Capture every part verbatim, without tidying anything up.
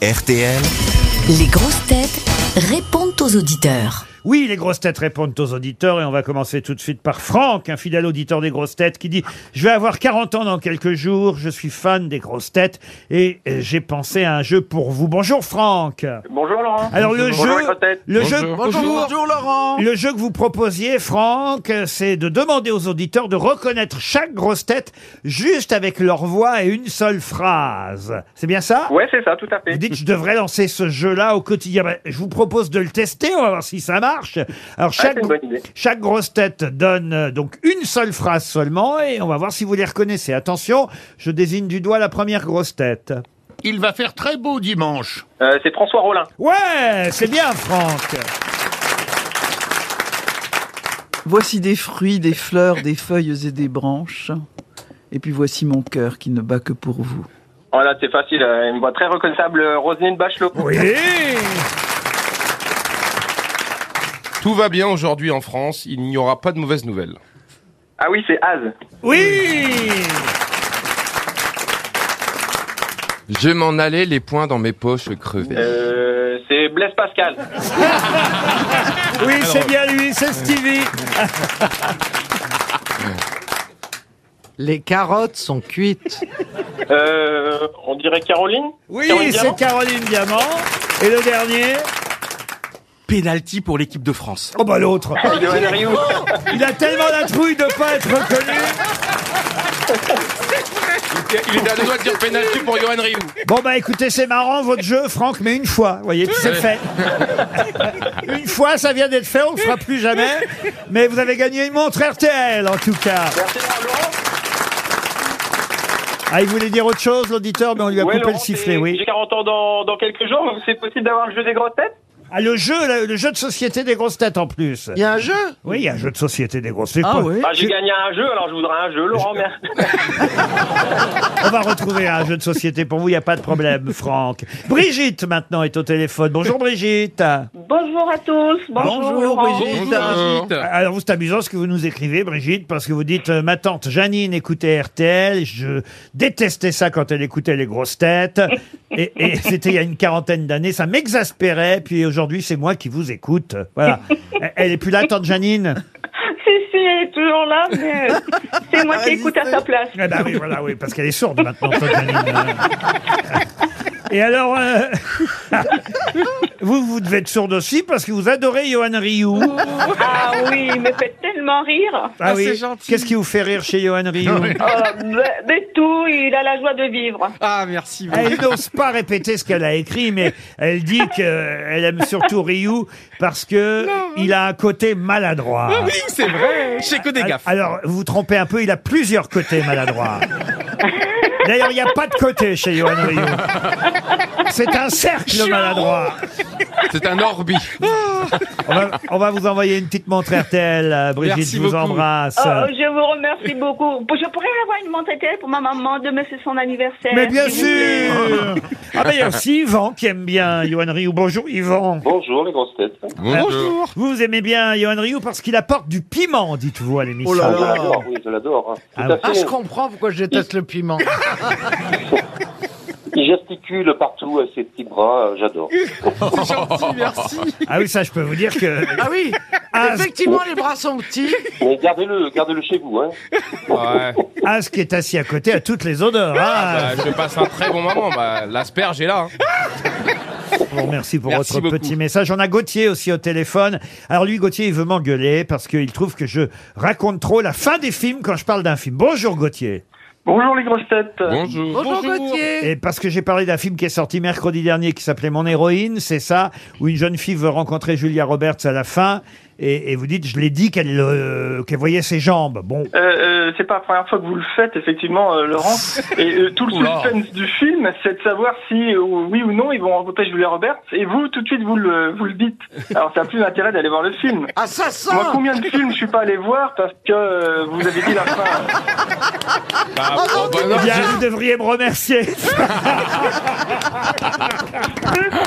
R T L. Les grosses têtes répondent aux auditeurs. Oui, les grosses têtes répondent aux auditeurs et on va commencer tout de suite par Franck, un fidèle auditeur des grosses têtes qui dit « Je vais avoir quarante ans dans quelques jours, je suis fan des grosses têtes et j'ai pensé à un jeu pour vous. » Bonjour Franck. Bonjour Laurent. Alors le Bonjour jeu, les grosses têtes. le Bonjour. jeu, Bonjour. Bonjour Laurent. le jeu que vous proposiez, Franck, c'est de demander aux auditeurs de reconnaître chaque grosse tête juste avec leur voix et une seule phrase. C'est bien ça? Ouais, c'est ça, tout à Vous fait. dites, je devrais lancer ce jeu-là au quotidien. Ben, je vous propose de le tester, on va voir si ça marche. Alors, Ah, chaque, c'est une bonne idée. chaque grosse tête donne euh, donc une seule phrase seulement et on va voir si vous les reconnaissez. Attention, je désigne du doigt la première grosse tête. Il va faire très beau dimanche. Euh, c'est François Rollin. Ouais, c'est bien, Franck. Voici des fruits, des fleurs, des feuilles et des branches. Et puis voici mon cœur qui ne bat que pour vous. Voilà, c'est facile. euh, Une voix très reconnaissable, euh, Roselyne Bachelot. Oui. Tout va bien aujourd'hui en France, il n'y aura pas de mauvaises nouvelles. Ah oui, c'est Az. Oui. Je m'en allais les poings dans mes poches crevées. Euh, c'est Blaise Pascal. Oui, c'est bien lui, c'est Stevie. Les carottes sont cuites. Euh, on dirait Caroline. Oui, Caroline c'est Diamant. Caroline Diamant. Et le dernier? Pénalty pour l'équipe de France. Oh bah l'autre. Yoann Rioux. Il a tellement la trouille de pas être reconnu. Il était à deux doigts de dire pénalty pour Yoann Rioux. Bon bah écoutez, c'est marrant votre jeu, Franck, mais une fois, vous voyez, puis c'est fait. Une fois, ça vient d'être fait, on le fera plus jamais. Mais vous avez gagné une montre R T L en tout cas. Merci Laurent. Ah, il voulait dire autre chose, l'auditeur, mais on lui a Ouais, coupé Laurent, le sifflet, c'est- oui. J'ai quarante ans dans, dans quelques jours, donc c'est possible d'avoir le jeu des grosses têtes. Ah, le jeu, le, le jeu de société des grosses têtes en plus. Il y a un jeu. Oui, il y a un jeu de société des grosses têtes. Ah oui. Bah, j'ai gagné un jeu, alors je voudrais un jeu, Laurent. Merci. On va retrouver un jeu de société pour vous, il n'y a pas de problème, Franck. Brigitte, maintenant, est au téléphone. Bonjour, Brigitte. Bonjour à tous. Bonjour, Bonjour, Laurent. Brigitte. Bonjour. Alors, vous, c'est amusant ce que vous nous écrivez, Brigitte, parce que vous dites euh, ma tante Janine écoutait R T L, je détestais ça quand elle écoutait les grosses têtes, et, et c'était il y a une quarantaine d'années, ça m'exaspérait, puis aujourd'hui, c'est moi qui vous écoute. Voilà. Elle- Elle est plus là, tante Janine? Si, si, elle est toujours là, mais euh, c'est moi qui écoute à sa place. Eh ben oui, voilà, oui, parce qu'elle est sourde maintenant, tante Janine. Et alors, euh, vous, vous devez être sourde aussi parce que vous adorez Yoann Rioux. Ah oui, il me fait tellement rire. Ah oui. c'est gentil. Qu'est-ce qui vous fait rire chez Yoann Rioux? Euh, de, de tout, il a la joie de vivre. Ah, merci beaucoup. Elle n'ose pas répéter ce qu'elle a écrit, mais elle dit qu'elle aime surtout Rioux parce que il a un côté maladroit. Oui, c'est vrai. Je sais que des gaffes. Alors, vous vous trompez un peu, il a plusieurs côtés maladroits. D'ailleurs, il n'y a pas de côté chez Yoann Rioux. C'est un cercle maladroit. C'est un orbi. On va, on va vous envoyer une petite montre R T L, euh, Brigitte, Merci je vous beaucoup. embrasse. Oh, je vous remercie beaucoup. Je pourrais avoir une montre R T L pour ma maman. Demain, c'est son anniversaire. Mais bien s'il vous plaît. sûr. Ah ben il y a aussi Yvan qui aime bien Yoann Rioux. Bonjour Yvan. Bonjour les grosses têtes. Bonjour. Vous aimez bien Yoann Rioux parce qu'il apporte du piment, dites-vous à l'émission. Oh là Je là. l'adore, oui, je l'adore. hein. Ah, Tout à Ah, fait. je comprends pourquoi je déteste le piment. Il gesticule partout avec ses petits bras, euh, j'adore. C'est gentil, merci. Ah oui, ça je peux vous dire que Ah oui, Az, effectivement, les bras sont petits. Mais gardez-le, gardez-le chez vous. Hein. Ouais. Az qui est assis à côté a toutes les odeurs. Ah, Bah, je passe un très bon moment. Bah, l'asperge est là. hein. je vous remercie pour Merci votre beaucoup. petit message. On a Gauthier aussi au téléphone. Alors lui, Gauthier, il veut m'engueuler parce qu'il trouve que je raconte trop la fin des films quand je parle d'un film. Bonjour Gauthier. Bonjour les grosses têtes. Bonjour. Bonjour, Gauthier. Et parce que j'ai parlé d'un film qui est sorti mercredi dernier qui s'appelait Mon héroïne, c'est ça, où une jeune fille veut rencontrer Julia Roberts à la fin, et, et vous dites, je l'ai dit qu'elle euh, qu'elle voyait ses jambes. Bon, Euh, euh, c'est pas la première fois que vous le faites, effectivement, euh, Laurent. Et euh, tout le Oula. suspense du film, c'est de savoir si, euh, oui ou non, ils vont rencontrer Julia Roberts. Et vous, tout de suite, vous le, vous le dites. Alors, ça n'a plus d'intérêt d'aller voir le film. Ah, ça sent. Moi, combien de films je suis pas allé voir parce que euh, vous avez dit la fin. Bah, oh, bah, non, eh bien, vous devriez me remercier.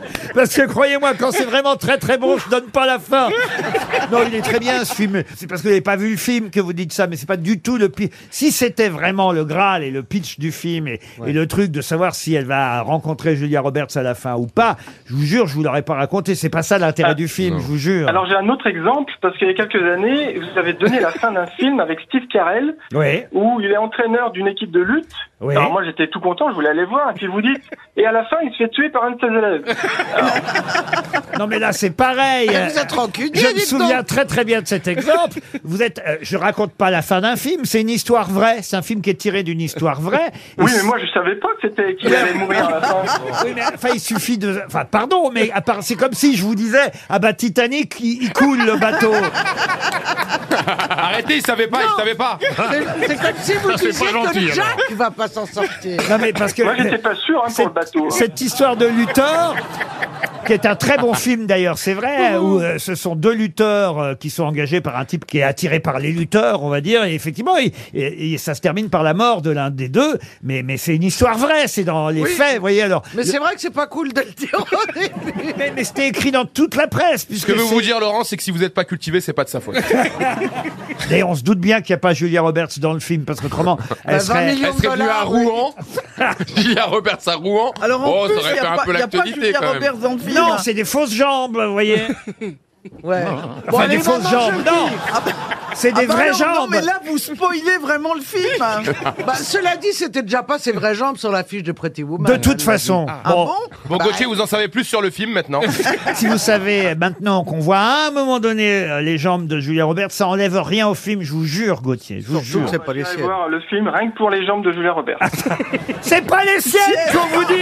Parce que croyez-moi, quand c'est vraiment très très bon, je donne pas la fin. Non, il est très bien ce film. C'est parce que vous n'avez pas vu le film que vous dites ça, mais c'est pas du tout le pitch. Si c'était vraiment le Graal et le pitch du film et, ouais. et le truc de savoir si elle va rencontrer Julia Roberts à la fin ou pas, je vous jure, je vous l'aurais pas raconté. C'est pas ça l'intérêt ah, du film, non. je vous jure. Alors j'ai un autre exemple parce qu'il y a quelques années, vous avez donné la fin d'un film avec Steve Carell, oui. où il est entraîneur d'une équipe de lutte. Oui. Alors moi j'étais tout content, je voulais aller voir, et puis vous dites, et à la fin il se fait tuer par un de ses élèves. Alors... Non mais là c'est pareil. Ah, vous êtes rancunier, je me souviens donc. très très bien de cet exemple. Vous êtes, euh, je raconte pas la fin d'un film, c'est une histoire vraie, c'est un film qui est tiré d'une histoire vraie. Oui mais moi je savais pas que c'était qu'il allait mourir à la fin. Oui mais enfin il suffit de, enfin pardon mais à part, c'est comme si je vous disais, ah bah Titanic il, il coule le bateau. Arrêtez, il savait pas, non. il savait pas. C'est, c'est comme si vous disiez que le Jack alors. va pas s'en sortir. Non mais parce que moi j'étais pas sûr hein, pour le bateau. Cette histoire de lutteur, qui est un très bon film d'ailleurs, c'est vrai, où euh, ce sont deux lutteurs euh, qui sont engagés par un type qui est attiré par les lutteurs, on va dire, et effectivement, il, et, et ça se termine par la mort de l'un des deux, mais, mais c'est une histoire vraie, c'est dans les oui. faits, vous voyez alors. Mais le... c'est vrai que c'est pas cool de le dire au début. Mais, mais c'était écrit dans toute la presse. Ce que veut vous dire Laurent, c'est que si vous n'êtes pas cultivé, c'est pas de sa faute. Et on se doute bien qu'il n'y a pas Julia Roberts dans le film, parce qu'autrement, elle bah, serait... Elle serait venue à Rouen. Julia Roberts à Rouen. Alors en oh, plus, ça aurait fait un peu l'actualité quand même. Dans le film. Non, c'est des fausses jambes, vous voyez. Ouais. Enfin, Bon, des fausses jambes. Non, ah bah, c'est des ah bah vraies non, jambes. Non, mais là, vous spoilez vraiment le film. Hein. Bah, cela dit, c'était déjà pas ses vraies jambes sur l'affiche de Pretty Woman. De toute façon. Ah bon, bon bah, Gauthier, vous en savez plus sur le film maintenant. Si vous savez maintenant qu'on voit à un moment donné les jambes de Julia Roberts, ça enlève rien au film, je vous jure, Gauthier. Je vous jure. C'est pas les siennes. Voir le film rien que pour les jambes de Julia Roberts. C'est pas les siennes qu'on vous dit.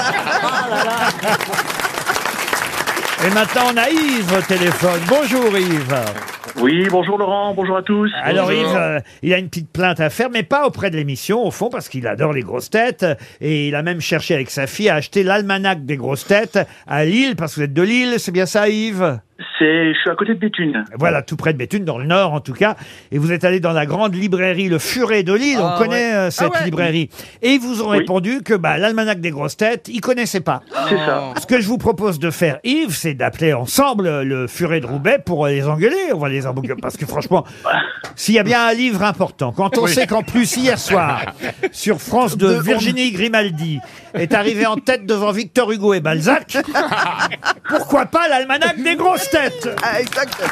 Et maintenant, on a Yves au téléphone. Bonjour Yves. Oui, bonjour Laurent, bonjour à tous. Alors bonjour. Yves, euh, il a une petite plainte à faire, mais pas auprès de l'émission, au fond, parce qu'il adore les grosses têtes. Et il a même cherché avec sa fille à acheter l'almanach des grosses têtes à Lille, parce que vous êtes de Lille, c'est bien ça Yves ? C'est, je suis à côté de Béthune. Voilà, tout près de Béthune, dans le Nord en tout cas. Et vous êtes allé dans la grande librairie Le Furet de Lille. Ah, on connaît ouais. euh, cette ah, ouais. librairie. Et ils vous ont oui. répondu que bah, l'almanach des grosses têtes, ils connaissaient pas. C'est ça. Ce que je vous propose de faire, Yves, c'est d'appeler ensemble le Furet de Roubaix pour les engueuler. On va les engueuler parce que franchement, s'il y a bien un livre important, quand on oui. sait qu'en plus hier soir, sur France deux, Virginie Grimaldi est arrivée en tête devant Victor Hugo et Balzac, pourquoi pas l'almanach des grosses têtes? Ah, exactement.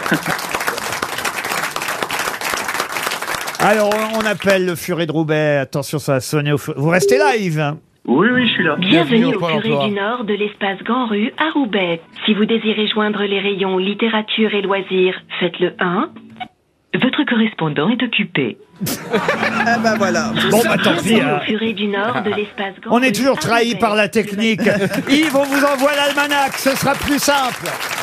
Alors, on appelle le Furet de Roubaix. Attention, ça va sonner au Furet. Vous restez là, Yves? Oui, oui, je suis là. Bienvenue au Furet du Nord de l'espace Grand Rue à Roubaix. Si vous désirez joindre les rayons littérature et loisirs, faites le un. Votre correspondant est occupé. Ah ben voilà. Bon, bah tant pis. Au Furet du Nord de l'espace Grand On est toujours trahi par la technique. Yves, on vous envoie l'almanach, ce sera plus simple.